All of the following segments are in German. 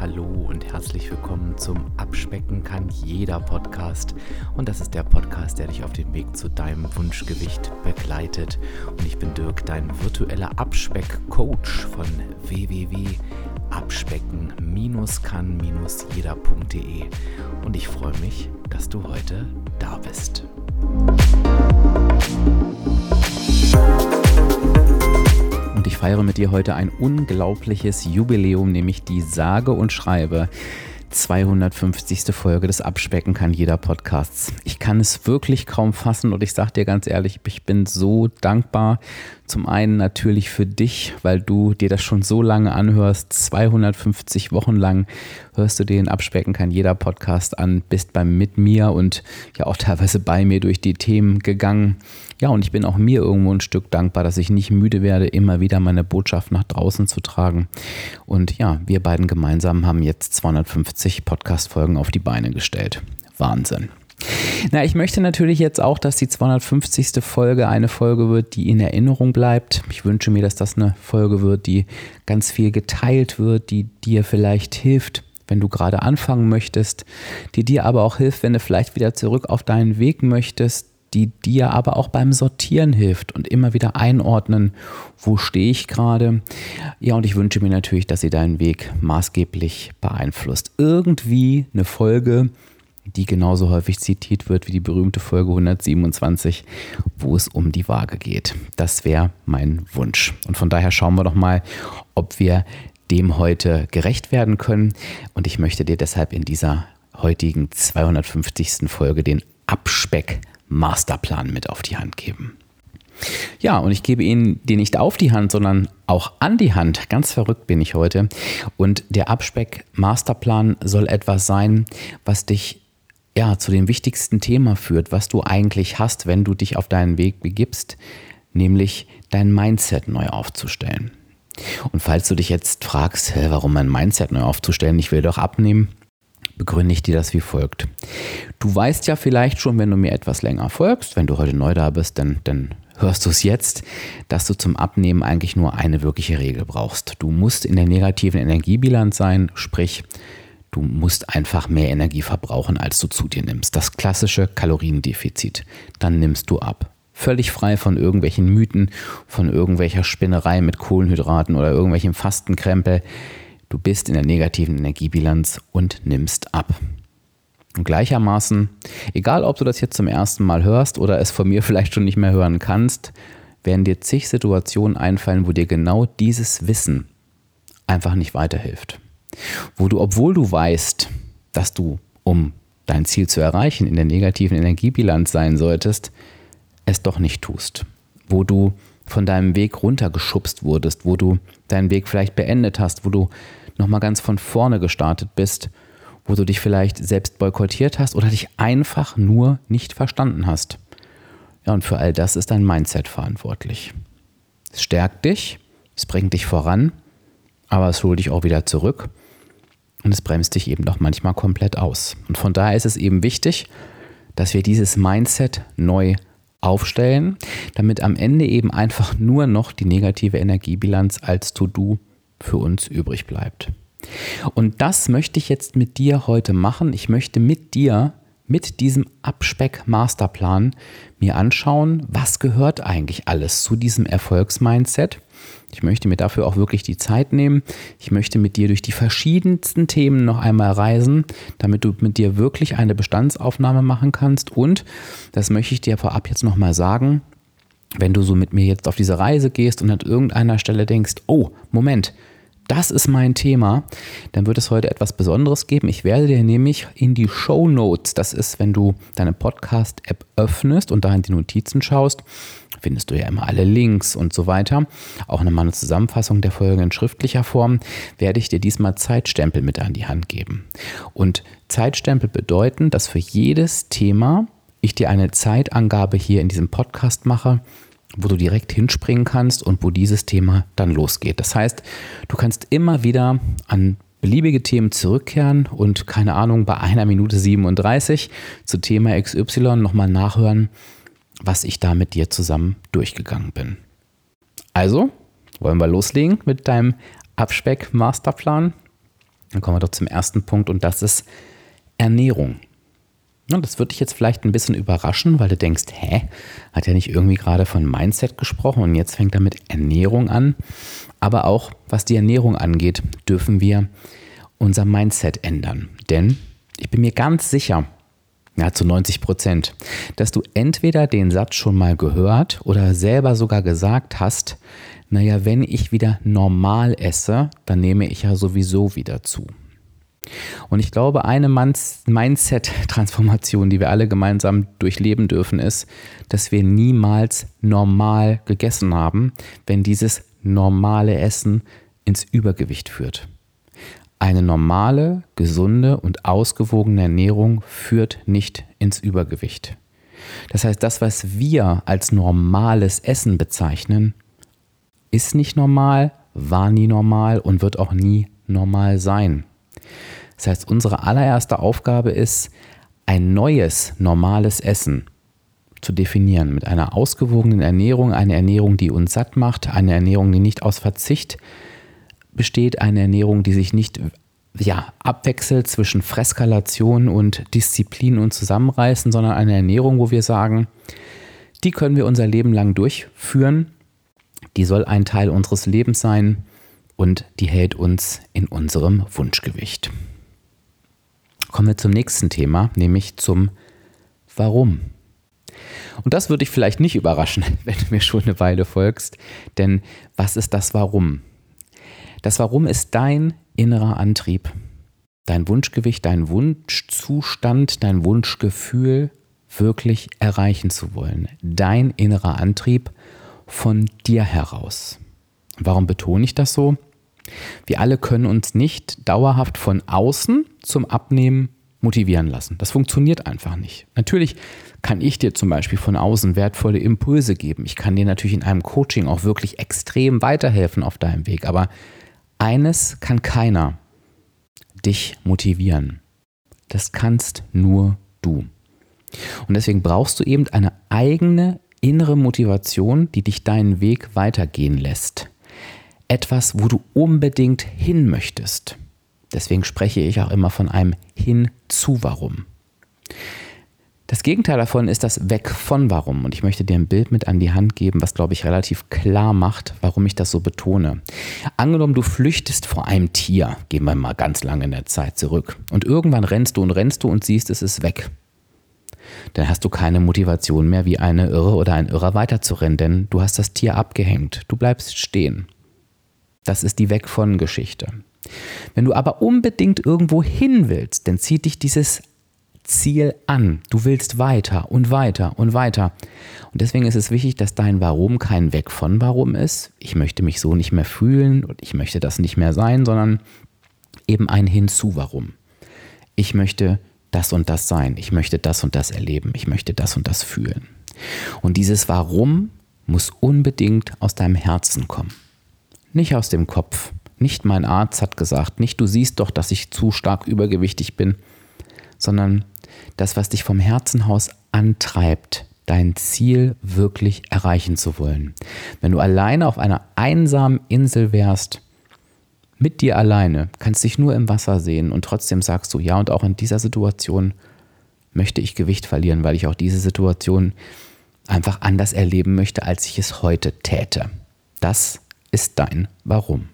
hallo und herzlich willkommen zum Abspecken kann jeder Podcast. Und das ist der Podcast, der dich auf dem Weg zu deinem Wunschgewicht begleitet. Und ich bin Dirk, dein virtueller Abspeck-Coach von www.abspecken-kann-jeder.de. Und ich freue mich, dass du heute da bist. Und ich feiere mit dir heute ein unglaubliches Jubiläum, nämlich die sage und schreibe 250. Folge des Abspecken kann jeder Podcasts. Ich kann es wirklich kaum fassen und ich sage dir ganz ehrlich, ich bin so dankbar. Zum einen natürlich für dich, weil du dir das schon so lange anhörst. 250 Wochen lang hörst du den Abspecken kann jeder Podcast an, bist mit mir und ja auch teilweise bei mir durch die Themen gegangen. Ja, und ich bin auch mir irgendwo ein Stück dankbar, dass ich nicht müde werde, immer wieder meine Botschaft nach draußen zu tragen. Und ja, wir beiden gemeinsam haben jetzt 250 Podcast-Folgen auf die Beine gestellt. Wahnsinn. Na, ich möchte natürlich jetzt auch, dass die 250. Folge eine Folge wird, die in Erinnerung bleibt. Ich wünsche mir, dass das eine Folge wird, die ganz viel geteilt wird, die dir vielleicht hilft, wenn du gerade anfangen möchtest, die dir aber auch hilft, wenn du vielleicht wieder zurück auf deinen Weg möchtest, die dir aber auch beim Sortieren hilft und immer wieder einordnen, wo stehe ich gerade. Ja, und ich wünsche mir natürlich, dass sie deinen Weg maßgeblich beeinflusst. Irgendwie eine Folge, die genauso häufig zitiert wird wie die berühmte Folge 127, wo es um die Waage geht. Das wäre mein Wunsch. Und von daher schauen wir doch mal, ob wir dem heute gerecht werden können. Und ich möchte dir deshalb in dieser heutigen 250. Folge den Abspeck-Masterplan mit auf die Hand geben. Ja, und ich gebe Ihnen den nicht auf die Hand, sondern auch an die Hand. Ganz verrückt bin ich heute. Und der Abspeck-Masterplan soll etwas sein, was dich zu dem wichtigsten Thema führt, was du eigentlich hast, wenn du dich auf deinen Weg begibst, nämlich dein Mindset neu aufzustellen. Und falls du dich jetzt fragst, warum mein Mindset neu aufzustellen, ich will doch abnehmen, begründe ich dir das wie folgt. Du weißt ja vielleicht schon, wenn du mir etwas länger folgst, wenn du heute neu da bist, dann hörst du es jetzt, dass du zum Abnehmen eigentlich nur eine wirkliche Regel brauchst. Du musst in der negativen Energiebilanz sein, sprich, du musst einfach mehr Energie verbrauchen, als du zu dir nimmst. Das klassische Kaloriendefizit. Dann nimmst du ab. Völlig frei von irgendwelchen Mythen, von irgendwelcher Spinnerei mit Kohlenhydraten oder irgendwelchem Fastenkrempel. Du bist in der negativen Energiebilanz und nimmst ab. Und gleichermaßen, egal ob du das jetzt zum ersten Mal hörst oder es von mir vielleicht schon nicht mehr hören kannst, werden dir zig Situationen einfallen, wo dir genau dieses Wissen einfach nicht weiterhilft. Wo du, obwohl du weißt, dass du, um dein Ziel zu erreichen, in der negativen Energiebilanz sein solltest, es doch nicht tust. Wo du von deinem Weg runtergeschubst wurdest, wo du deinen Weg vielleicht beendet hast, wo du nochmal ganz von vorne gestartet bist, wo du dich vielleicht selbst boykottiert hast oder dich einfach nur nicht verstanden hast. Ja, und für all das ist dein Mindset verantwortlich. Es stärkt dich, es bringt dich voran, aber es holt dich auch wieder zurück und es bremst dich eben doch manchmal komplett aus. Und von daher ist es eben wichtig, dass wir dieses Mindset neu aufstellen, damit am Ende eben einfach nur noch die negative Energiebilanz als To-Do für uns übrig bleibt. Und das möchte ich jetzt mit dir heute machen. Ich möchte mit dir, mit diesem Abspeck-Masterplan mir anschauen, was gehört eigentlich alles zu diesem Erfolgsmindset. Ich möchte mir dafür auch wirklich die Zeit nehmen. Ich möchte mit dir durch die verschiedensten Themen noch einmal reisen, damit du mit dir wirklich eine Bestandsaufnahme machen kannst. Und, das möchte ich dir vorab jetzt nochmal sagen, wenn du so mit mir jetzt auf diese Reise gehst und an irgendeiner Stelle denkst, oh, Moment, das ist mein Thema, dann wird es heute etwas Besonderes geben. Ich werde dir nämlich in die Shownotes, das ist, wenn du deine Podcast-App öffnest und da in die Notizen schaust, findest du ja immer alle Links und so weiter. Auch nochmal eine Zusammenfassung der Folge in schriftlicher Form, werde ich dir diesmal Zeitstempel mit an die Hand geben. Und Zeitstempel bedeuten, dass für jedes Thema ich dir eine Zeitangabe hier in diesem Podcast mache, wo du direkt hinspringen kannst und wo dieses Thema dann losgeht. Das heißt, du kannst immer wieder an beliebige Themen zurückkehren und, keine Ahnung, bei 1 Minute 37 zu Thema XY nochmal nachhören, was ich da mit dir zusammen durchgegangen bin. Also, wollen wir loslegen mit deinem Abspeck-Masterplan? Dann kommen wir doch zum ersten Punkt und das ist Ernährung. Ja, das wird dich jetzt vielleicht ein bisschen überraschen, weil du denkst, hat er nicht irgendwie gerade von Mindset gesprochen und jetzt fängt er mit Ernährung an. Aber auch was die Ernährung angeht, dürfen wir unser Mindset ändern. Denn ich bin mir ganz sicher, zu 90%, dass du entweder den Satz schon mal gehört oder selber sogar gesagt hast, naja, wenn ich wieder normal esse, dann nehme ich ja sowieso wieder zu. Und ich glaube, eine Mindset-Transformation, die wir alle gemeinsam durchleben dürfen, ist, dass wir niemals normal gegessen haben, wenn dieses normale Essen ins Übergewicht führt. Eine normale, gesunde und ausgewogene Ernährung führt nicht ins Übergewicht. Das heißt, das, was wir als normales Essen bezeichnen, ist nicht normal, war nie normal und wird auch nie normal sein. Das heißt, unsere allererste Aufgabe ist, ein neues, normales Essen zu definieren mit einer ausgewogenen Ernährung, eine Ernährung, die uns satt macht, eine Ernährung, die nicht aus Verzicht besteht, eine Ernährung, die sich nicht abwechselt zwischen Freskalation und Disziplin und Zusammenreißen, sondern eine Ernährung, wo wir sagen, die können wir unser Leben lang durchführen, die soll ein Teil unseres Lebens sein und die hält uns in unserem Wunschgewicht. Kommen wir zum nächsten Thema, nämlich zum Warum. Und das würde dich vielleicht nicht überraschen, wenn du mir schon eine Weile folgst, denn was ist das Warum? Das Warum ist dein innerer Antrieb, dein Wunschgewicht, dein Wunschzustand, dein Wunschgefühl wirklich erreichen zu wollen. Dein innerer Antrieb von dir heraus. Warum betone ich das so? Wir alle können uns nicht dauerhaft von außen zum Abnehmen motivieren lassen. Das funktioniert einfach nicht. Natürlich kann ich dir zum Beispiel von außen wertvolle Impulse geben. Ich kann dir natürlich in einem Coaching auch wirklich extrem weiterhelfen auf deinem Weg. Aber eines kann keiner: dich motivieren. Das kannst nur du. Und deswegen brauchst du eben eine eigene innere Motivation, die dich deinen Weg weitergehen lässt. Etwas, wo du unbedingt hin möchtest. Deswegen spreche ich auch immer von einem Hin-zu-Warum. Das Gegenteil davon ist das Weg von Warum. Und ich möchte dir ein Bild mit an die Hand geben, was, glaube ich, relativ klar macht, warum ich das so betone. Angenommen, du flüchtest vor einem Tier, gehen wir mal ganz lange in der Zeit zurück. Und irgendwann rennst du und siehst, es ist weg. Dann hast du keine Motivation mehr, wie eine Irre oder ein Irrer weiterzurennen, denn du hast das Tier abgehängt. Du bleibst stehen. Das ist die Weg von Geschichte. Wenn du aber unbedingt irgendwo hin willst, dann zieht dich dieses Ziel an. Du willst weiter und weiter und weiter. Und deswegen ist es wichtig, dass dein Warum kein Weg von Warum ist. Ich möchte mich so nicht mehr fühlen und ich möchte das nicht mehr sein, sondern eben ein Hinzu Warum. Ich möchte das und das sein. Ich möchte das und das erleben. Ich möchte das und das fühlen. Und dieses Warum muss unbedingt aus deinem Herzen kommen. Nicht aus dem Kopf. Nicht mein Arzt hat gesagt, nicht du siehst doch, dass ich zu stark übergewichtig bin, sondern das, was dich vom Herzen aus antreibt, dein Ziel wirklich erreichen zu wollen. Wenn du alleine auf einer einsamen Insel wärst, mit dir alleine, kannst dich nur im Wasser sehen und trotzdem sagst du, ja, und auch in dieser Situation möchte ich Gewicht verlieren, weil ich auch diese Situation einfach anders erleben möchte, als ich es heute täte. Das ist dein Warum.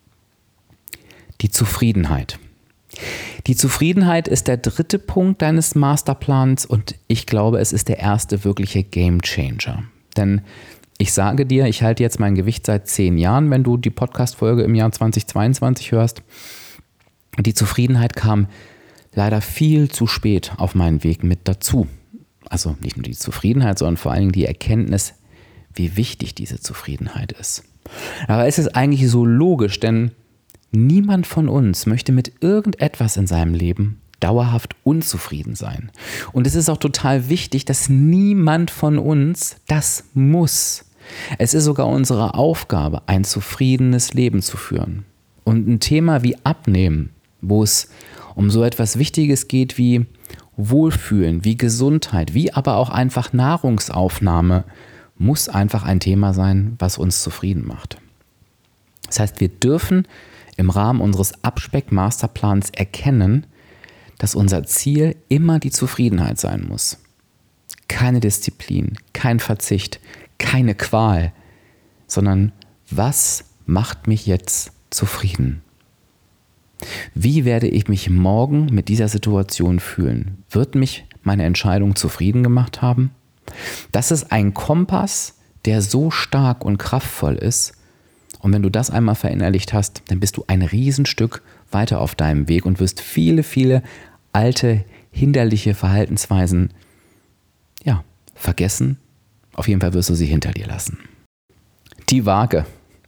Die Zufriedenheit. Die Zufriedenheit ist der dritte Punkt deines Masterplans und ich glaube, es ist der erste wirkliche Gamechanger. Denn ich sage dir, ich halte jetzt mein Gewicht seit 10 Jahren, wenn du die Podcast-Folge im Jahr 2022 hörst. Die Zufriedenheit kam leider viel zu spät auf meinen Weg mit dazu. Also nicht nur die Zufriedenheit, sondern vor allen Dingen die Erkenntnis, wie wichtig diese Zufriedenheit ist. Aber es ist eigentlich so logisch, denn niemand von uns möchte mit irgendetwas in seinem Leben dauerhaft unzufrieden sein. Und es ist auch total wichtig, dass niemand von uns das muss. Es ist sogar unsere Aufgabe, ein zufriedenes Leben zu führen. Und ein Thema wie Abnehmen, wo es um so etwas Wichtiges geht wie Wohlfühlen, wie Gesundheit, wie aber auch einfach Nahrungsaufnahme, muss einfach ein Thema sein, was uns zufrieden macht. Das heißt, wir dürfen im Rahmen unseres Abspeck-Masterplans erkennen, dass unser Ziel immer die Zufriedenheit sein muss. Keine Disziplin, kein Verzicht, keine Qual, sondern was macht mich jetzt zufrieden? Wie werde ich mich morgen mit dieser Situation fühlen? Wird mich meine Entscheidung zufrieden gemacht haben? Das ist ein Kompass, der so stark und kraftvoll ist. Und wenn du das einmal verinnerlicht hast, dann bist du ein Riesenstück weiter auf deinem Weg und wirst viele, viele alte, hinderliche Verhaltensweisen vergessen. Auf jeden Fall wirst du sie hinter dir lassen. Die Waage.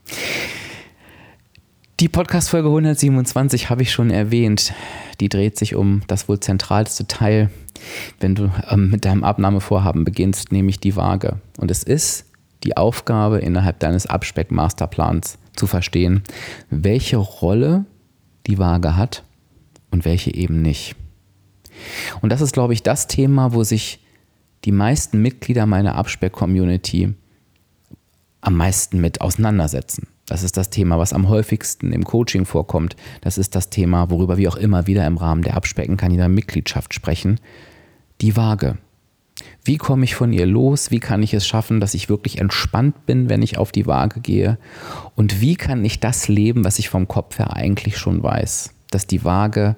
Die Podcast-Folge 127 habe ich schon erwähnt. Die dreht sich um das wohl zentralste Teil, wenn du mit deinem Abnahmevorhaben beginnst, nämlich die Waage. Und es ist die Aufgabe innerhalb deines Abspeck-Masterplans zu verstehen, welche Rolle die Waage hat und welche eben nicht. Und das ist, glaube ich, das Thema, wo sich die meisten Mitglieder meiner Abspeck-Community am meisten mit auseinandersetzen. Das ist das Thema, was am häufigsten im Coaching vorkommt. Das ist das Thema, worüber wir auch immer wieder im Rahmen der Abspecken-Kandidaten-Mitgliedschaft sprechen. Die Waage. Wie komme ich von ihr los? Wie kann ich es schaffen, dass ich wirklich entspannt bin, wenn ich auf die Waage gehe? Und wie kann ich das leben, was ich vom Kopf her eigentlich schon weiß? Dass die Waage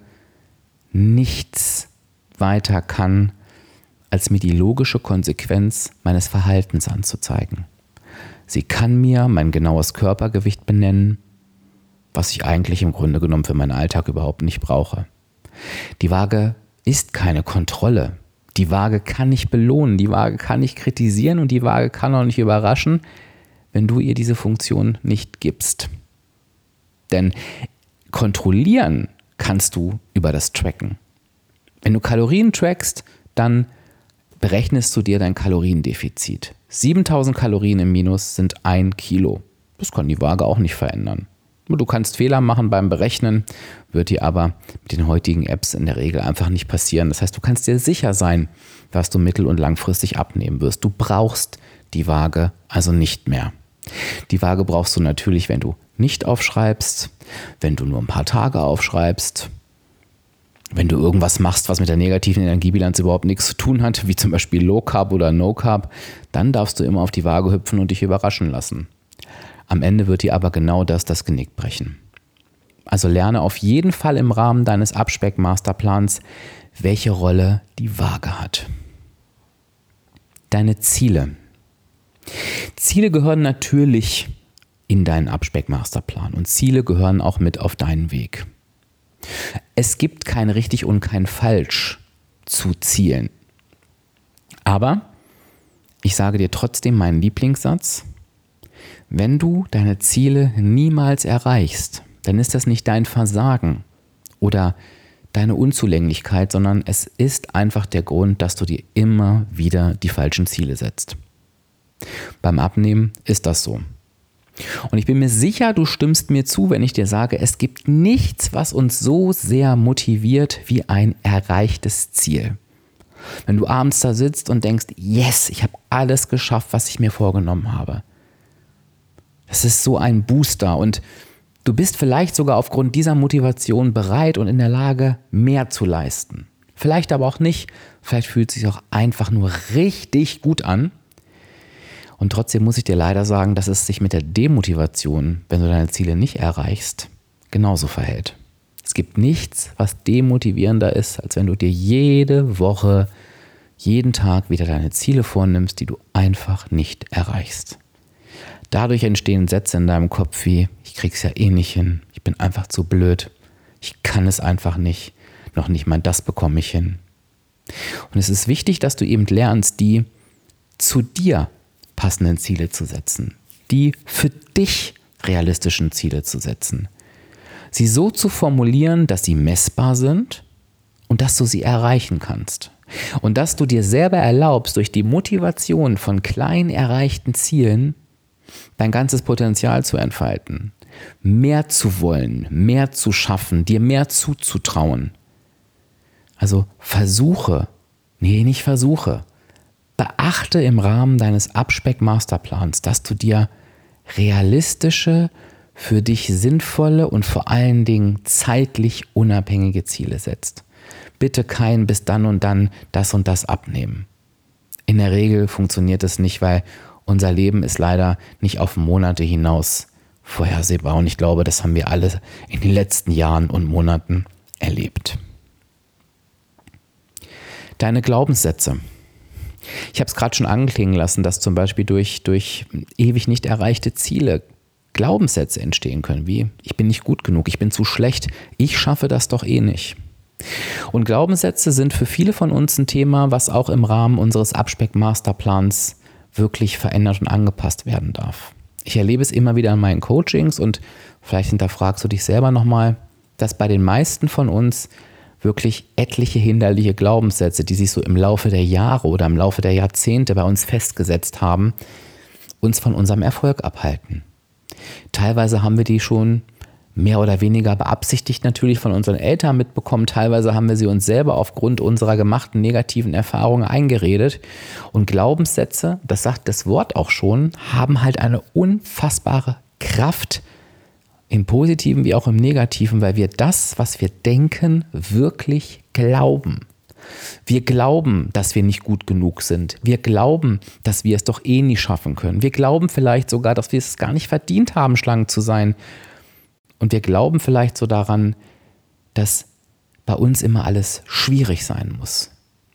nichts weiter kann, als mir die logische Konsequenz meines Verhaltens anzuzeigen. Sie kann mir mein genaues Körpergewicht benennen, was ich eigentlich im Grunde genommen für meinen Alltag überhaupt nicht brauche. Die Waage ist keine Kontrolle. Die Waage kann nicht belohnen, die Waage kann nicht kritisieren und die Waage kann auch nicht überraschen, wenn du ihr diese Funktion nicht gibst. Denn kontrollieren kannst du über das Tracken. Wenn du Kalorien trackst, dann berechnest du dir dein Kaloriendefizit. 7000 Kalorien im Minus sind 1 Kilo. Das kann die Waage auch nicht verändern. Du kannst Fehler machen beim Berechnen, wird dir aber mit den heutigen Apps in der Regel einfach nicht passieren. Das heißt, du kannst dir sicher sein, was du mittel- und langfristig abnehmen wirst. Du brauchst die Waage also nicht mehr. Die Waage brauchst du natürlich, wenn du nicht aufschreibst, wenn du nur ein paar Tage aufschreibst, wenn du irgendwas machst, was mit der negativen Energiebilanz überhaupt nichts zu tun hat, wie zum Beispiel Low Carb oder No Carb, dann darfst du immer auf die Waage hüpfen und dich überraschen lassen. Am Ende wird dir aber genau das Genick brechen. Also lerne auf jeden Fall im Rahmen deines Abspeck-Masterplans, welche Rolle die Waage hat. Deine Ziele. Ziele gehören natürlich in deinen Abspeck-Masterplan und Ziele gehören auch mit auf deinen Weg. Es gibt kein richtig und kein falsch zu Zielen. Aber ich sage dir trotzdem meinen Lieblingssatz: Wenn du deine Ziele niemals erreichst, dann ist das nicht dein Versagen oder deine Unzulänglichkeit, sondern es ist einfach der Grund, dass du dir immer wieder die falschen Ziele setzt. Beim Abnehmen ist das so. Und ich bin mir sicher, du stimmst mir zu, wenn ich dir sage, es gibt nichts, was uns so sehr motiviert wie ein erreichtes Ziel. Wenn du abends da sitzt und denkst, yes, ich habe alles geschafft, was ich mir vorgenommen habe. Das ist so ein Booster und du bist vielleicht sogar aufgrund dieser Motivation bereit und in der Lage, mehr zu leisten. Vielleicht aber auch nicht. Vielleicht fühlt es sich auch einfach nur richtig gut an. Und trotzdem muss ich dir leider sagen, dass es sich mit der Demotivation, wenn du deine Ziele nicht erreichst, genauso verhält. Es gibt nichts, was demotivierender ist, als wenn du dir jede Woche, jeden Tag wieder deine Ziele vornimmst, die du einfach nicht erreichst. Dadurch entstehen Sätze in deinem Kopf wie: Ich krieg's ja eh nicht hin, ich bin einfach zu blöd, ich kann es einfach nicht, noch nicht mal das bekomme ich hin. Und es ist wichtig, dass du eben lernst, die zu dir passenden Ziele zu setzen, die für dich realistischen Ziele zu setzen. Sie so zu formulieren, dass sie messbar sind und dass du sie erreichen kannst. Und dass du dir selber erlaubst, durch die Motivation von klein erreichten Zielen dein ganzes Potenzial zu entfalten, mehr zu wollen, mehr zu schaffen, dir mehr zuzutrauen. Also beachte im Rahmen deines Abspeck-Masterplans, dass du dir realistische, für dich sinnvolle und vor allen Dingen zeitlich unabhängige Ziele setzt. Bitte kein bis dann und dann das und das abnehmen. In der Regel funktioniert es nicht, weil unser Leben ist leider nicht auf Monate hinaus vorhersehbar. Und ich glaube, das haben wir alle in den letzten Jahren und Monaten erlebt. Deine Glaubenssätze. Ich habe es gerade schon anklingen lassen, dass zum Beispiel durch ewig nicht erreichte Ziele Glaubenssätze entstehen können, wie ich bin nicht gut genug, ich bin zu schlecht, ich schaffe das doch eh nicht. Und Glaubenssätze sind für viele von uns ein Thema, was auch im Rahmen unseres Abspeck-Masterplans wirklich verändert und angepasst werden darf. Ich erlebe es immer wieder in meinen Coachings und vielleicht hinterfragst du dich selber nochmal, dass bei den meisten von uns wirklich etliche hinderliche Glaubenssätze, die sich so im Laufe der Jahre oder im Laufe der Jahrzehnte bei uns festgesetzt haben, uns von unserem Erfolg abhalten. Teilweise haben wir die schon mehr oder weniger beabsichtigt natürlich von unseren Eltern mitbekommen. Teilweise haben wir sie uns selber aufgrund unserer gemachten negativen Erfahrungen eingeredet. Und Glaubenssätze, das sagt das Wort auch schon, haben halt eine unfassbare Kraft im Positiven wie auch im Negativen, weil wir das, was wir denken, wirklich glauben. Wir glauben, dass wir nicht gut genug sind. Wir glauben, dass wir es doch eh nie schaffen können. Wir glauben vielleicht sogar, dass wir es gar nicht verdient haben, schlank zu sein. Und wir glauben vielleicht so daran, dass bei uns immer alles schwierig sein muss.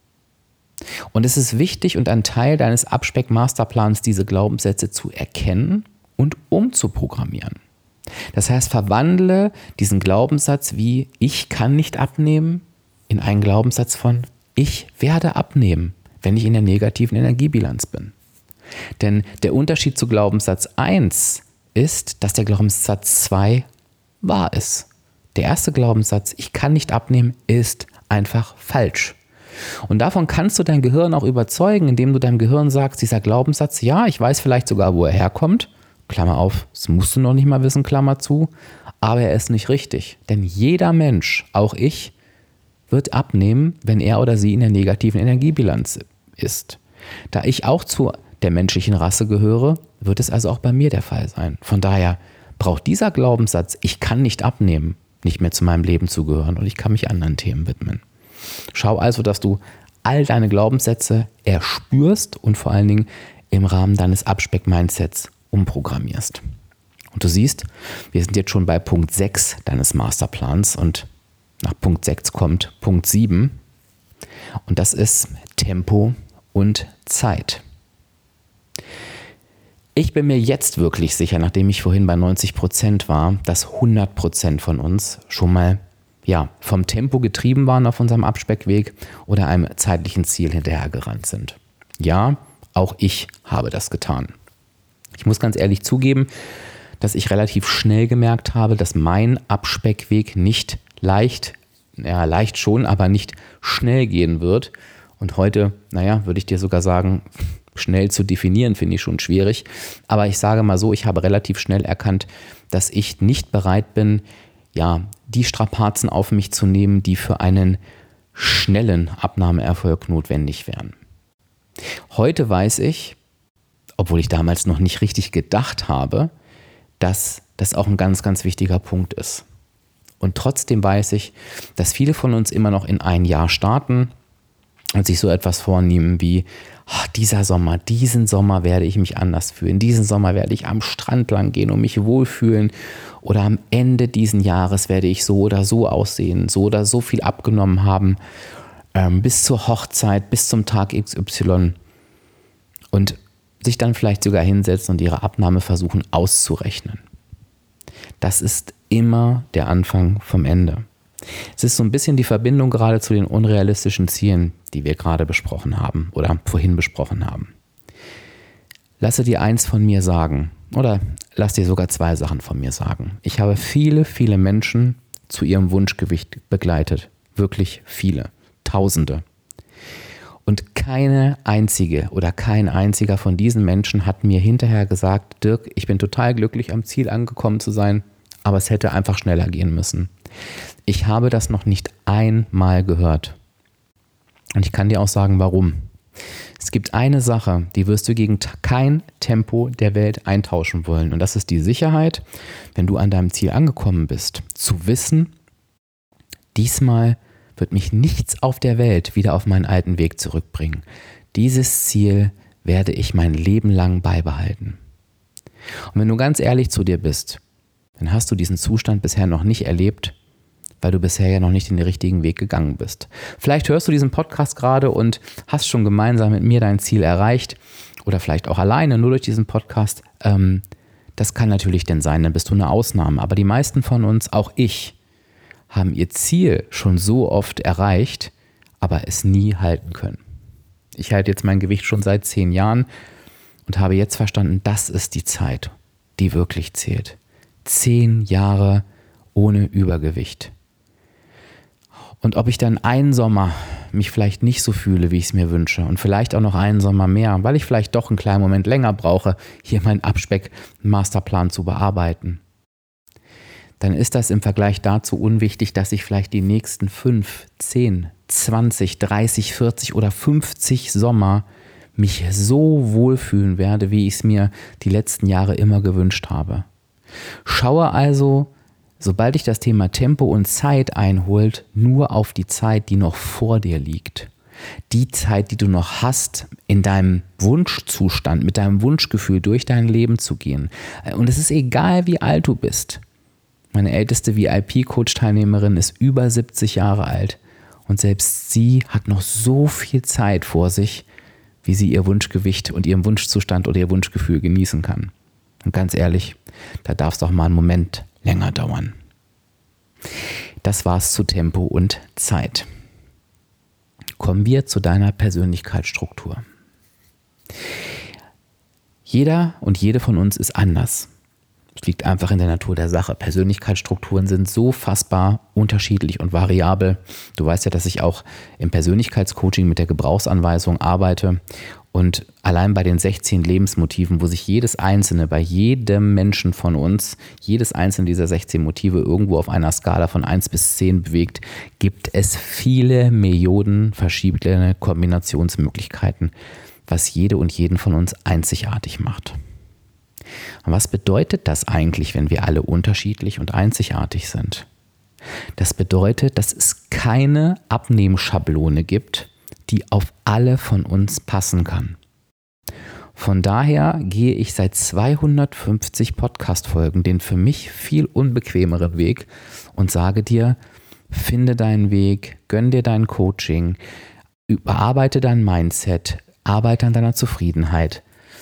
Und es ist wichtig und ein Teil deines Abspeck-Masterplans, diese Glaubenssätze zu erkennen und umzuprogrammieren. Das heißt, verwandle diesen Glaubenssatz wie ich kann nicht abnehmen in einen Glaubenssatz von ich werde abnehmen, wenn ich in der negativen Energiebilanz bin. Denn der Unterschied zu Glaubenssatz 1 ist, dass der Glaubenssatz 2 wahr ist. Der erste Glaubenssatz, ich kann nicht abnehmen, ist einfach falsch. Und davon kannst du dein Gehirn auch überzeugen, indem du deinem Gehirn sagst, dieser Glaubenssatz, ja, ich weiß vielleicht sogar, wo er herkommt, Klammer auf, das musst du noch nicht mal wissen, Klammer zu, aber er ist nicht richtig. Denn jeder Mensch, auch ich, wird abnehmen, wenn er oder sie in der negativen Energiebilanz ist. Da ich auch zu der menschlichen Rasse gehöre, wird es also auch bei mir der Fall sein. Von daher braucht dieser Glaubenssatz, ich kann nicht abnehmen, nicht mehr zu meinem Leben zugehören und ich kann mich anderen Themen widmen. Schau also, dass du all deine Glaubenssätze erspürst und vor allen Dingen im Rahmen deines Abspeck-Mindsets umprogrammierst. Und du siehst, wir sind jetzt schon bei Punkt 6 deines Masterplans und nach Punkt 6 kommt Punkt 7 und das ist Tempo und Zeit. Ich bin mir jetzt wirklich sicher, nachdem ich vorhin bei 90% war, dass 100% von uns schon mal vom Tempo getrieben waren auf unserem Abspeckweg oder einem zeitlichen Ziel hinterhergerannt sind. Ja, auch ich habe das getan. Ich muss ganz ehrlich zugeben, dass ich relativ schnell gemerkt habe, dass mein Abspeckweg nicht leicht schon, aber nicht schnell gehen wird. Und heute, würde ich dir sogar sagen, schnell zu definieren, finde ich schon schwierig. Aber ich sage mal so, ich habe relativ schnell erkannt, dass ich nicht bereit bin, die Strapazen auf mich zu nehmen, die für einen schnellen Abnahmeerfolg notwendig wären. Heute weiß ich, obwohl ich damals noch nicht richtig gedacht habe, dass das auch ein ganz, ganz wichtiger Punkt ist. Und trotzdem weiß ich, dass viele von uns immer noch in ein Jahr starten und sich so etwas vornehmen wie, diesen Sommer werde ich mich anders fühlen, diesen Sommer werde ich am Strand lang gehen und mich wohlfühlen oder am Ende diesen Jahres werde ich so oder so aussehen, so oder so viel abgenommen haben, bis zur Hochzeit, bis zum Tag XY und sich dann vielleicht sogar hinsetzen und ihre Abnahme versuchen auszurechnen. Das ist immer der Anfang vom Ende. Es ist so ein bisschen die Verbindung gerade zu den unrealistischen Zielen, die wir gerade besprochen haben oder vorhin besprochen haben. Lasse dir eins von mir sagen oder lass dir sogar 2 Sachen von mir sagen. Ich habe viele, viele Menschen zu ihrem Wunschgewicht begleitet. Wirklich viele. Tausende. Und keine einzige oder kein einziger von diesen Menschen hat mir hinterher gesagt, Dirk, ich bin total glücklich, am Ziel angekommen zu sein, aber es hätte einfach schneller gehen müssen. Ich habe das noch nicht einmal gehört. Und ich kann dir auch sagen, warum. Es gibt eine Sache, die wirst du gegen kein Tempo der Welt eintauschen wollen. Und das ist die Sicherheit, wenn du an deinem Ziel angekommen bist, zu wissen, diesmal wird mich nichts auf der Welt wieder auf meinen alten Weg zurückbringen. Dieses Ziel werde ich mein Leben lang beibehalten. Und wenn du ganz ehrlich zu dir bist, dann hast du diesen Zustand bisher noch nicht erlebt, weil du bisher ja noch nicht den richtigen Weg gegangen bist. Vielleicht hörst du diesen Podcast gerade und hast schon gemeinsam mit mir dein Ziel erreicht oder vielleicht auch alleine, nur durch diesen Podcast. Das kann natürlich denn sein, dann bist du eine Ausnahme. Aber die meisten von uns, auch ich, haben ihr Ziel schon so oft erreicht, aber es nie halten können. Ich halte jetzt mein Gewicht schon seit 10 Jahren und habe jetzt verstanden, das ist die Zeit, die wirklich zählt. 10 Jahre ohne Übergewicht. Und ob ich dann einen Sommer mich vielleicht nicht so fühle, wie ich es mir wünsche und vielleicht auch noch einen Sommer mehr, weil ich vielleicht doch einen kleinen Moment länger brauche, hier meinen Abspeck-Masterplan zu bearbeiten, dann ist das im Vergleich dazu unwichtig, dass ich vielleicht die nächsten 5, 10, 20, 30, 40 oder 50 Sommer mich so wohlfühlen werde, wie ich es mir die letzten Jahre immer gewünscht habe. Schaue also, sobald dich das Thema Tempo und Zeit einholt, nur auf die Zeit, die noch vor dir liegt. Die Zeit, die du noch hast, in deinem Wunschzustand, mit deinem Wunschgefühl durch dein Leben zu gehen. Und es ist egal, wie alt du bist. Meine älteste VIP-Coach-Teilnehmerin ist über 70 Jahre alt und selbst sie hat noch so viel Zeit vor sich, wie sie ihr Wunschgewicht und ihren Wunschzustand oder ihr Wunschgefühl genießen kann. Und ganz ehrlich, da darf es doch mal einen Moment länger dauern. Das war's zu Tempo und Zeit. Kommen wir zu deiner Persönlichkeitsstruktur. Jeder und jede von uns ist anders. Es liegt einfach in der Natur der Sache. Persönlichkeitsstrukturen sind so fassbar unterschiedlich und variabel. Du weißt ja, dass ich auch im Persönlichkeitscoaching mit der Gebrauchsanweisung arbeite. Und allein bei den 16 Lebensmotiven, wo sich jedes einzelne, bei jedem Menschen von uns, jedes einzelne dieser 16 Motive irgendwo auf einer Skala von 1 bis 10 bewegt, gibt es viele Millionen verschiedene Kombinationsmöglichkeiten, was jede und jeden von uns einzigartig macht. Und was bedeutet das eigentlich, wenn wir alle unterschiedlich und einzigartig sind? Das bedeutet, dass es keine Abnehmschablone gibt, die auf alle von uns passen kann. Von daher gehe ich seit 250 Podcast-Folgen den für mich viel unbequemeren Weg und sage dir, finde deinen Weg, gönn dir dein Coaching, überarbeite dein Mindset, arbeite an deiner Zufriedenheit.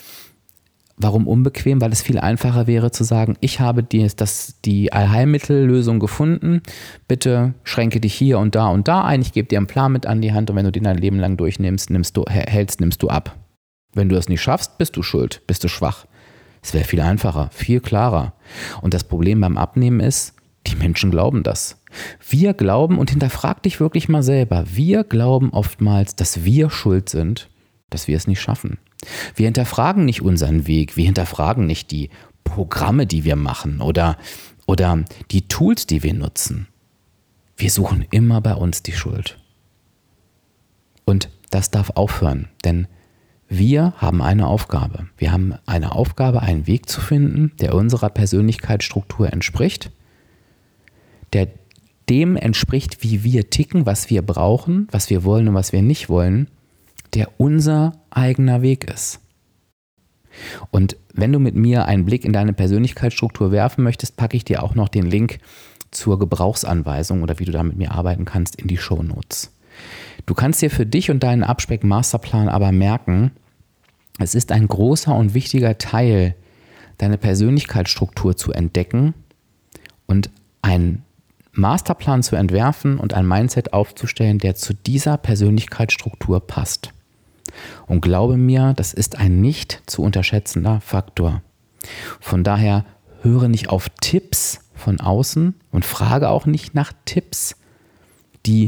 Warum unbequem? Weil es viel einfacher wäre zu sagen, ich habe die Allheilmittellösung gefunden, bitte schränke dich hier und da ein, ich gebe dir einen Plan mit an die Hand und wenn du den dein Leben lang durchnimmst, nimmst du ab. Wenn du das nicht schaffst, bist du schuld, bist du schwach. Es wäre viel einfacher, viel klarer. Und das Problem beim Abnehmen ist, die Menschen glauben das. Wir glauben, und hinterfrag dich wirklich mal selber, wir glauben oftmals, dass wir schuld sind, dass wir es nicht schaffen. Wir hinterfragen nicht unseren Weg, wir hinterfragen nicht die Programme, die wir machen oder die Tools, die wir nutzen. Wir suchen immer bei uns die Schuld. Und das darf aufhören, denn wir haben eine Aufgabe. Wir haben eine Aufgabe, einen Weg zu finden, der unserer Persönlichkeitsstruktur entspricht, der dem entspricht, wie wir ticken, was wir brauchen, was wir wollen und was wir nicht wollen, der unser eigener Weg ist. Und wenn du mit mir einen Blick in deine Persönlichkeitsstruktur werfen möchtest, packe ich dir auch noch den Link zur Gebrauchsanweisung oder wie du da mit mir arbeiten kannst in die Shownotes. Du kannst dir für dich und deinen Abspeck-Masterplan aber merken, es ist ein großer und wichtiger Teil, deine Persönlichkeitsstruktur zu entdecken und einen Masterplan zu entwerfen und ein Mindset aufzustellen, der zu dieser Persönlichkeitsstruktur passt. Und glaube mir, das ist ein nicht zu unterschätzender Faktor. Von daher höre nicht auf Tipps von außen und frage auch nicht nach Tipps, die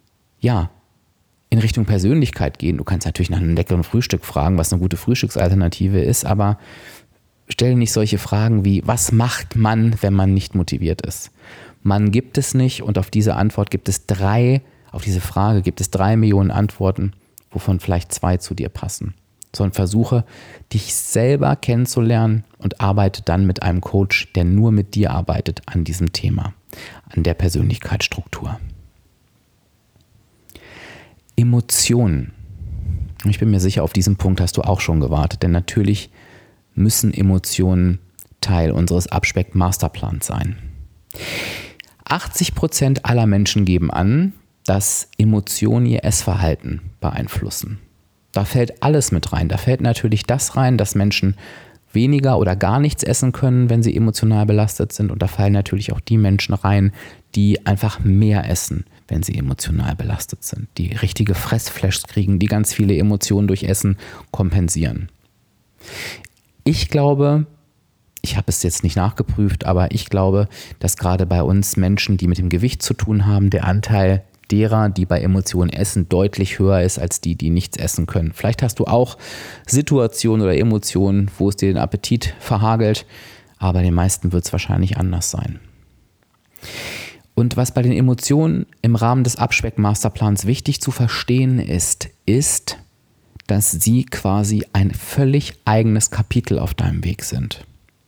in Richtung Persönlichkeit gehen. Du kannst natürlich nach einem leckeren Frühstück fragen, was eine gute Frühstücksalternative ist, aber stelle nicht solche Fragen wie, was macht man, wenn man nicht motiviert ist? Man gibt es nicht und auf diese Frage gibt es 3 Millionen Antworten wovon vielleicht 2 zu dir passen, sondern versuche, dich selber kennenzulernen und arbeite dann mit einem Coach, der nur mit dir arbeitet an diesem Thema, an der Persönlichkeitsstruktur. Emotionen. Ich bin mir sicher, auf diesen Punkt hast du auch schon gewartet, denn natürlich müssen Emotionen Teil unseres Abspeck-Masterplans sein. 80% aller Menschen geben an, dass Emotionen ihr Essverhalten beeinflussen. Da fällt alles mit rein. Da fällt natürlich das rein, dass Menschen weniger oder gar nichts essen können, wenn sie emotional belastet sind. Und da fallen natürlich auch die Menschen rein, die einfach mehr essen, wenn sie emotional belastet sind. Die richtige Fressflashs kriegen, die ganz viele Emotionen durch Essen kompensieren. Ich glaube, ich habe es jetzt nicht nachgeprüft, aber ich glaube, dass gerade bei uns Menschen, die mit dem Gewicht zu tun haben, der Anteil derer, die bei Emotionen essen, deutlich höher ist als die, die nichts essen können. Vielleicht hast du auch Situationen oder Emotionen, wo es dir den Appetit verhagelt, aber den meisten wird es wahrscheinlich anders sein. Und was bei den Emotionen im Rahmen des Abspeck-Masterplans wichtig zu verstehen ist, dass sie quasi ein völlig eigenes Kapitel auf deinem Weg sind.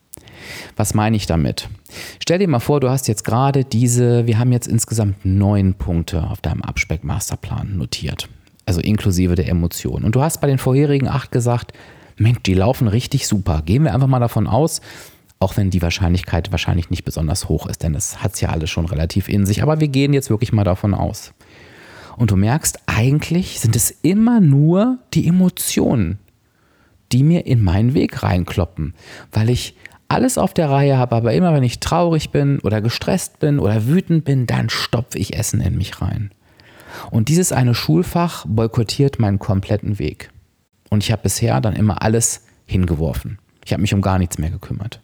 Was meine ich damit? Stell dir mal vor, du hast jetzt gerade wir haben jetzt insgesamt 9 Punkte auf deinem Abspeck-Masterplan notiert, also inklusive der Emotionen. Und du hast bei den vorherigen 8 gesagt, Mensch, die laufen richtig super. Gehen wir einfach mal davon aus, auch wenn die Wahrscheinlichkeit wahrscheinlich nicht besonders hoch ist, denn das hat es ja alles schon relativ in sich. Aber wir gehen jetzt wirklich mal davon aus. Und du merkst, eigentlich sind es immer nur die Emotionen, die mir in meinen Weg reinkloppen, weil ich alles auf der Reihe habe, aber immer wenn ich traurig bin oder gestresst bin oder wütend bin, dann stopfe ich Essen in mich rein. Und dieses eine Schulfach boykottiert meinen kompletten Weg. Und ich habe bisher dann immer alles hingeworfen. Ich habe mich um gar nichts mehr gekümmert.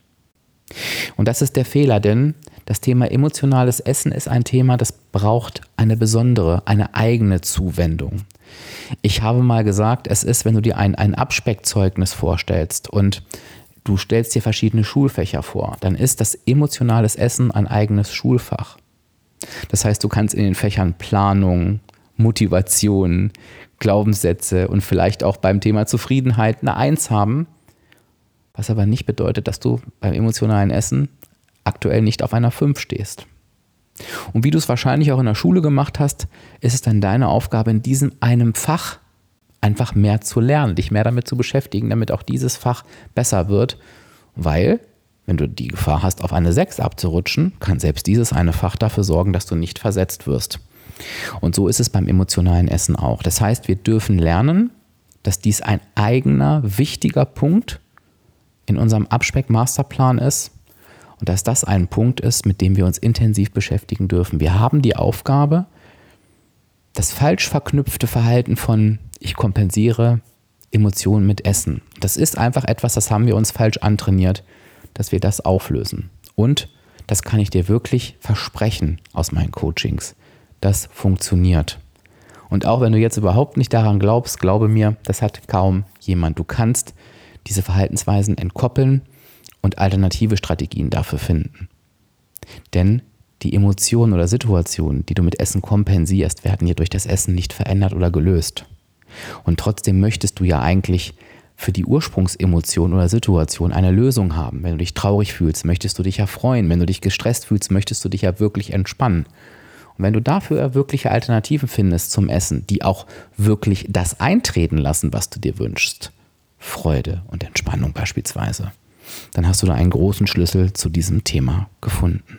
Und das ist der Fehler, denn das Thema emotionales Essen ist ein Thema, das braucht eine besondere, eine eigene Zuwendung. Ich habe mal gesagt, es ist, wenn du dir ein Abspeckzeugnis vorstellst und du stellst dir verschiedene Schulfächer vor, dann ist das emotionales Essen ein eigenes Schulfach. Das heißt, du kannst in den Fächern Planung, Motivation, Glaubenssätze und vielleicht auch beim Thema Zufriedenheit eine 1 haben, was aber nicht bedeutet, dass du beim emotionalen Essen aktuell nicht auf einer 5 stehst. Und wie du es wahrscheinlich auch in der Schule gemacht hast, ist es dann deine Aufgabe, in diesem einem Fach einfach mehr zu lernen, dich mehr damit zu beschäftigen, damit auch dieses Fach besser wird, weil, wenn du die Gefahr hast, auf eine 6 abzurutschen, kann selbst dieses eine Fach dafür sorgen, dass du nicht versetzt wirst. Und so ist es beim emotionalen Essen auch. Das heißt, wir dürfen lernen, dass dies ein eigener, wichtiger Punkt in unserem Abspeck-Masterplan ist und dass das ein Punkt ist, mit dem wir uns intensiv beschäftigen dürfen. Wir haben die Aufgabe, das falsch verknüpfte Verhalten von ich kompensiere Emotionen mit Essen. Das ist einfach etwas, das haben wir uns falsch antrainiert, dass wir das auflösen. Und das kann ich dir wirklich versprechen aus meinen Coachings. Das funktioniert. Und auch wenn du jetzt überhaupt nicht daran glaubst, glaube mir, das hat kaum jemand. Du kannst diese Verhaltensweisen entkoppeln und alternative Strategien dafür finden. Denn die Emotionen oder Situationen, die du mit Essen kompensierst, werden hier durch das Essen nicht verändert oder gelöst. Und trotzdem möchtest du ja eigentlich für die Ursprungsemotion oder Situation eine Lösung haben. Wenn du dich traurig fühlst, möchtest du dich ja freuen. Wenn du dich gestresst fühlst, möchtest du dich ja wirklich entspannen. Und wenn du dafür wirkliche Alternativen findest zum Essen, die auch wirklich das eintreten lassen, was du dir wünschst, Freude und Entspannung beispielsweise, dann hast du da einen großen Schlüssel zu diesem Thema gefunden.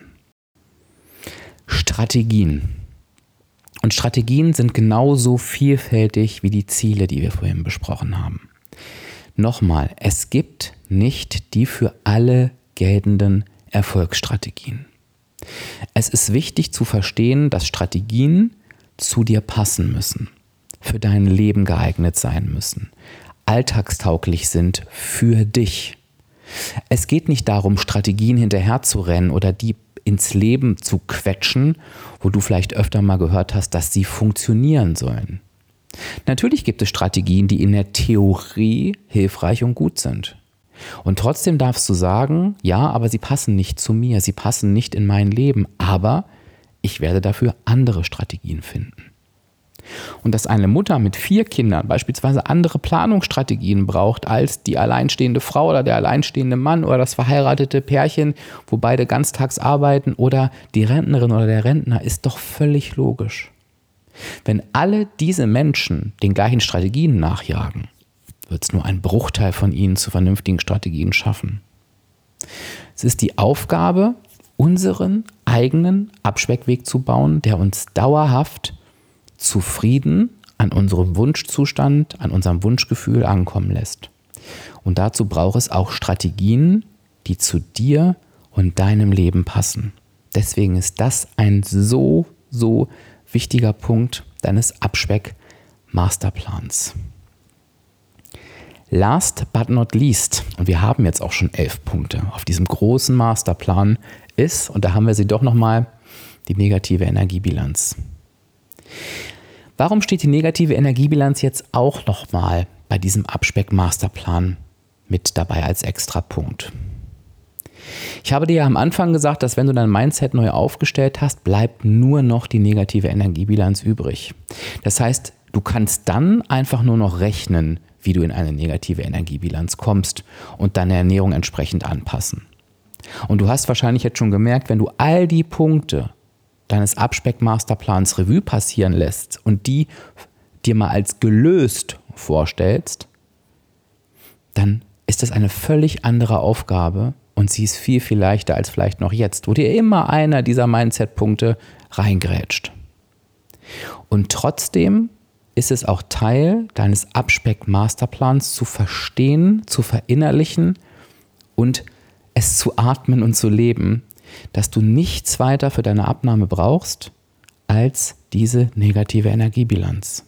Strategien. Und Strategien sind genauso vielfältig wie die Ziele, die wir vorhin besprochen haben. Nochmal, es gibt nicht die für alle geltenden Erfolgsstrategien. Es ist wichtig zu verstehen, dass Strategien zu dir passen müssen, für dein Leben geeignet sein müssen, alltagstauglich sind für dich. Es geht nicht darum, Strategien hinterherzurennen oder die ins Leben zu quetschen, wo du vielleicht öfter mal gehört hast, dass sie funktionieren sollen. Natürlich gibt es Strategien, die in der Theorie hilfreich und gut sind. Und trotzdem darfst du sagen, ja, aber sie passen nicht zu mir, sie passen nicht in mein Leben, aber ich werde dafür andere Strategien finden. Und dass eine Mutter mit 4 Kindern beispielsweise andere Planungsstrategien braucht als die alleinstehende Frau oder der alleinstehende Mann oder das verheiratete Pärchen, wo beide ganztags arbeiten, oder die Rentnerin oder der Rentner, ist doch völlig logisch. Wenn alle diese Menschen den gleichen Strategien nachjagen, wird es nur ein Bruchteil von ihnen zu vernünftigen Strategien schaffen. Es ist die Aufgabe, unseren eigenen Abspeckweg zu bauen, der uns dauerhaft zufrieden an unserem Wunschzustand, an unserem Wunschgefühl ankommen lässt. Und dazu braucht es auch Strategien, die zu dir und deinem Leben passen. Deswegen ist das ein so wichtiger Punkt deines Abspeck-Masterplans. Last but not least, und wir haben jetzt auch schon 11 Punkte auf diesem großen Masterplan, ist, und da haben wir sie doch nochmal, die negative Energiebilanz. Warum steht die negative Energiebilanz jetzt auch nochmal bei diesem Abspeck-Masterplan mit dabei als Extrapunkt? Ich habe dir ja am Anfang gesagt, dass wenn du dein Mindset neu aufgestellt hast, bleibt nur noch die negative Energiebilanz übrig. Das heißt, du kannst dann einfach nur noch rechnen, wie du in eine negative Energiebilanz kommst und deine Ernährung entsprechend anpassen. Und du hast wahrscheinlich jetzt schon gemerkt, wenn du all die Punkte deines Abspeck-Masterplans Revue passieren lässt und die dir mal als gelöst vorstellst, dann ist das eine völlig andere Aufgabe und sie ist viel, viel leichter als vielleicht noch jetzt, wo dir immer einer dieser Mindset-Punkte reingrätscht. Und trotzdem ist es auch Teil deines Abspeck-Masterplans zu verstehen, zu verinnerlichen und es zu atmen und zu leben, dass du nichts weiter für deine Abnahme brauchst als diese negative Energiebilanz.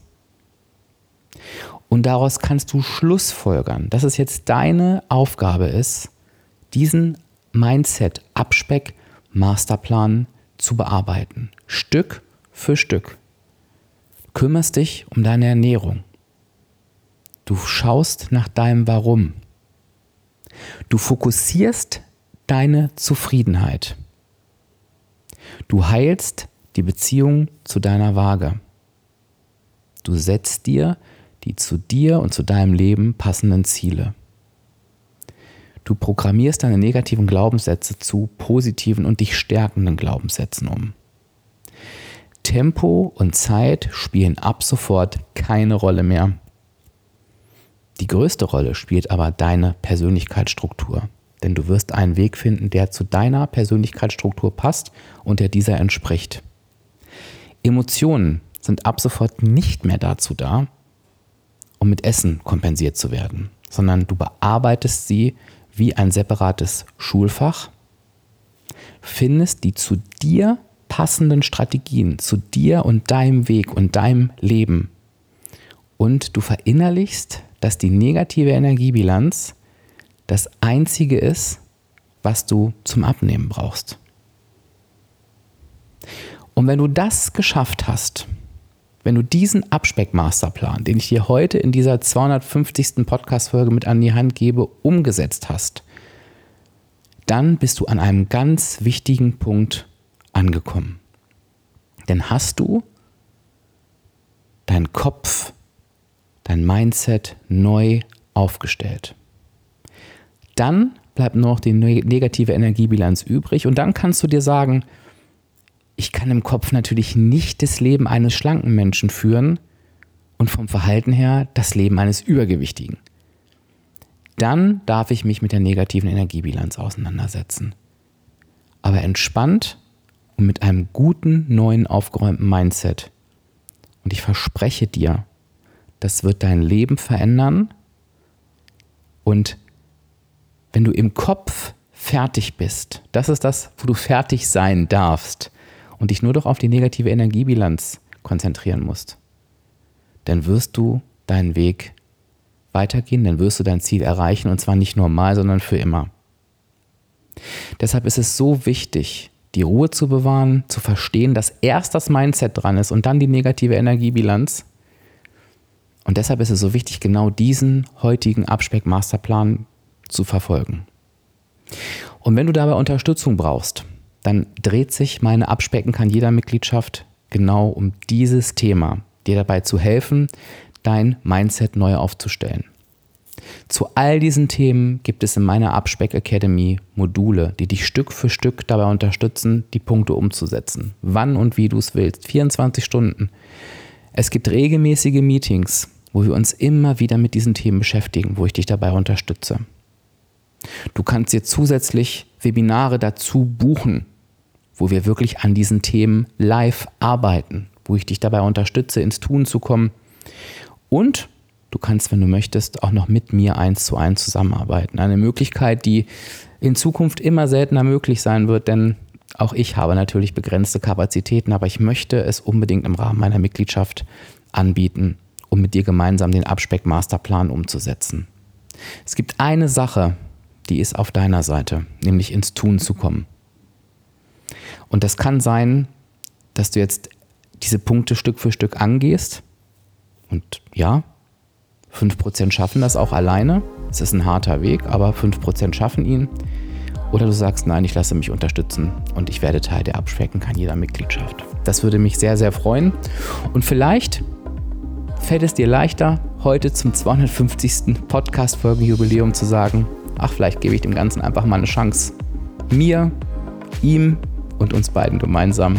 Und daraus kannst du schlussfolgern, dass es jetzt deine Aufgabe ist, diesen Mindset-Abspeck-Masterplan zu bearbeiten. Stück für Stück. Du kümmerst dich um deine Ernährung. Du schaust nach deinem Warum. Du fokussierst deine Zufriedenheit. Du heilst die Beziehung zu deiner Waage. Du setzt dir die zu dir und zu deinem Leben passenden Ziele. Du programmierst deine negativen Glaubenssätze zu positiven und dich stärkenden Glaubenssätzen um. Tempo und Zeit spielen ab sofort keine Rolle mehr. Die größte Rolle spielt aber deine Persönlichkeitsstruktur. Denn du wirst einen Weg finden, der zu deiner Persönlichkeitsstruktur passt und der dieser entspricht. Emotionen sind ab sofort nicht mehr dazu da, um mit Essen kompensiert zu werden, sondern du bearbeitest sie wie ein separates Schulfach, findest die zu dir passenden Strategien, zu dir und deinem Weg und deinem Leben. Und du verinnerlichst, dass die negative Energiebilanz das Einzige ist, was du zum Abnehmen brauchst. Und wenn du das geschafft hast, wenn du diesen Abspeck-Masterplan, den ich dir heute in dieser 250. Podcast-Folge mit an die Hand gebe, umgesetzt hast, dann bist du an einem ganz wichtigen Punkt angekommen. Denn hast du deinen Kopf, dein Mindset neu aufgestellt. Dann bleibt nur noch die negative Energiebilanz übrig und dann kannst du dir sagen, ich kann im Kopf natürlich nicht das Leben eines schlanken Menschen führen und vom Verhalten her das Leben eines Übergewichtigen. Dann darf ich mich mit der negativen Energiebilanz auseinandersetzen. Aber entspannt und mit einem guten, neuen, aufgeräumten Mindset. Und ich verspreche dir, das wird dein Leben verändern. Und wenn du im Kopf fertig bist, das ist das, wo du fertig sein darfst und dich nur doch auf die negative Energiebilanz konzentrieren musst, dann wirst du deinen Weg weitergehen, dann wirst du dein Ziel erreichen und zwar nicht nur mal, sondern für immer. Deshalb ist es so wichtig, die Ruhe zu bewahren, zu verstehen, dass erst das Mindset dran ist und dann die negative Energiebilanz. Und deshalb ist es so wichtig, genau diesen heutigen Abspeck-Masterplan zu verfolgen. Und wenn du dabei Unterstützung brauchst, dann dreht sich meine Abspecken kann jeder Mitgliedschaft genau um dieses Thema. dir dabei zu helfen, dein Mindset neu aufzustellen. Zu all diesen Themen gibt es in meiner Abspeck Academy Module, die dich Stück für Stück dabei unterstützen, die Punkte umzusetzen. Wann und wie du es willst. 24 Stunden. Es gibt regelmäßige Meetings, wo wir uns immer wieder mit diesen Themen beschäftigen, wo ich dich dabei unterstütze. Du kannst dir zusätzlich Webinare dazu buchen, wo wir wirklich an diesen Themen live arbeiten, wo ich dich dabei unterstütze, ins Tun zu kommen. Und du kannst, wenn du möchtest, auch noch mit mir 1:1 zusammenarbeiten. Eine Möglichkeit, die in Zukunft immer seltener möglich sein wird, denn auch ich habe natürlich begrenzte Kapazitäten, aber ich möchte es unbedingt im Rahmen meiner Mitgliedschaft anbieten, um mit dir gemeinsam den Abspeck-Masterplan umzusetzen. Es gibt eine Sache, die ist auf deiner Seite, nämlich ins Tun zu kommen. Und das kann sein, dass du jetzt diese Punkte Stück für Stück angehst. Und ja, 5% schaffen das auch alleine. Es ist ein harter Weg, aber 5% schaffen ihn. Oder du sagst, nein, ich lasse mich unterstützen und ich werde Teil der Abspecken kann jeder Mitgliedschaft. Das würde mich sehr, sehr freuen. Und vielleicht fällt es dir leichter, heute zum 250. Podcast-Folgen-Jubiläum zu sagen, ach, vielleicht gebe ich dem Ganzen einfach mal eine Chance. Mir, ihm und uns beiden gemeinsam.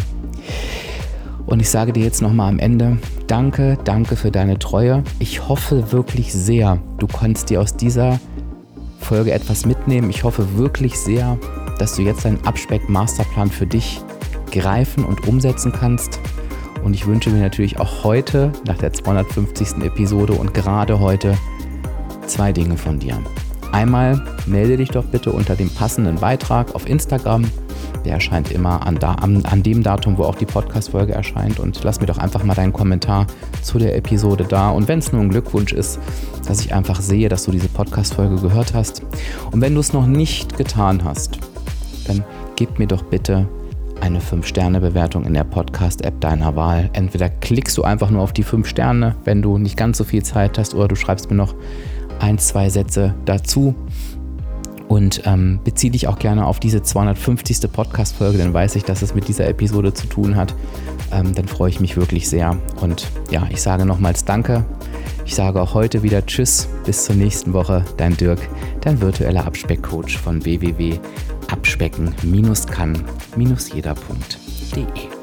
Und ich sage dir jetzt nochmal am Ende, danke für deine Treue. Ich hoffe wirklich sehr, du konntest dir aus dieser Folge etwas mitnehmen. Ich hoffe wirklich sehr, dass du jetzt deinen Abspeck-Masterplan für dich greifen und umsetzen kannst. Und ich wünsche mir natürlich auch heute, nach der 250. Episode und gerade heute, 2 Dinge von dir. Einmal melde dich doch bitte unter dem passenden Beitrag auf Instagram. Der erscheint immer an dem Datum, wo auch die Podcast-Folge erscheint. Und lass mir doch einfach mal deinen Kommentar zu der Episode da. Und wenn es nur ein Glückwunsch ist, dass ich einfach sehe, dass du diese Podcast-Folge gehört hast. Und wenn du es noch nicht getan hast, dann gib mir doch bitte eine 5-Sterne-Bewertung in der Podcast-App deiner Wahl. Entweder klickst du einfach nur auf die 5 Sterne, wenn du nicht ganz so viel Zeit hast, oder du schreibst mir noch 1-2 Sätze dazu. Und beziehe dich auch gerne auf diese 250. Podcast-Folge, dann weiß ich, dass es mit dieser Episode zu tun hat. Dann freue ich mich wirklich sehr. Und ja, ich sage nochmals Danke. Ich sage auch heute wieder Tschüss, bis zur nächsten Woche. Dein Dirk, dein virtueller Abspeck-Coach von www.abspecken-kann-jeder.de.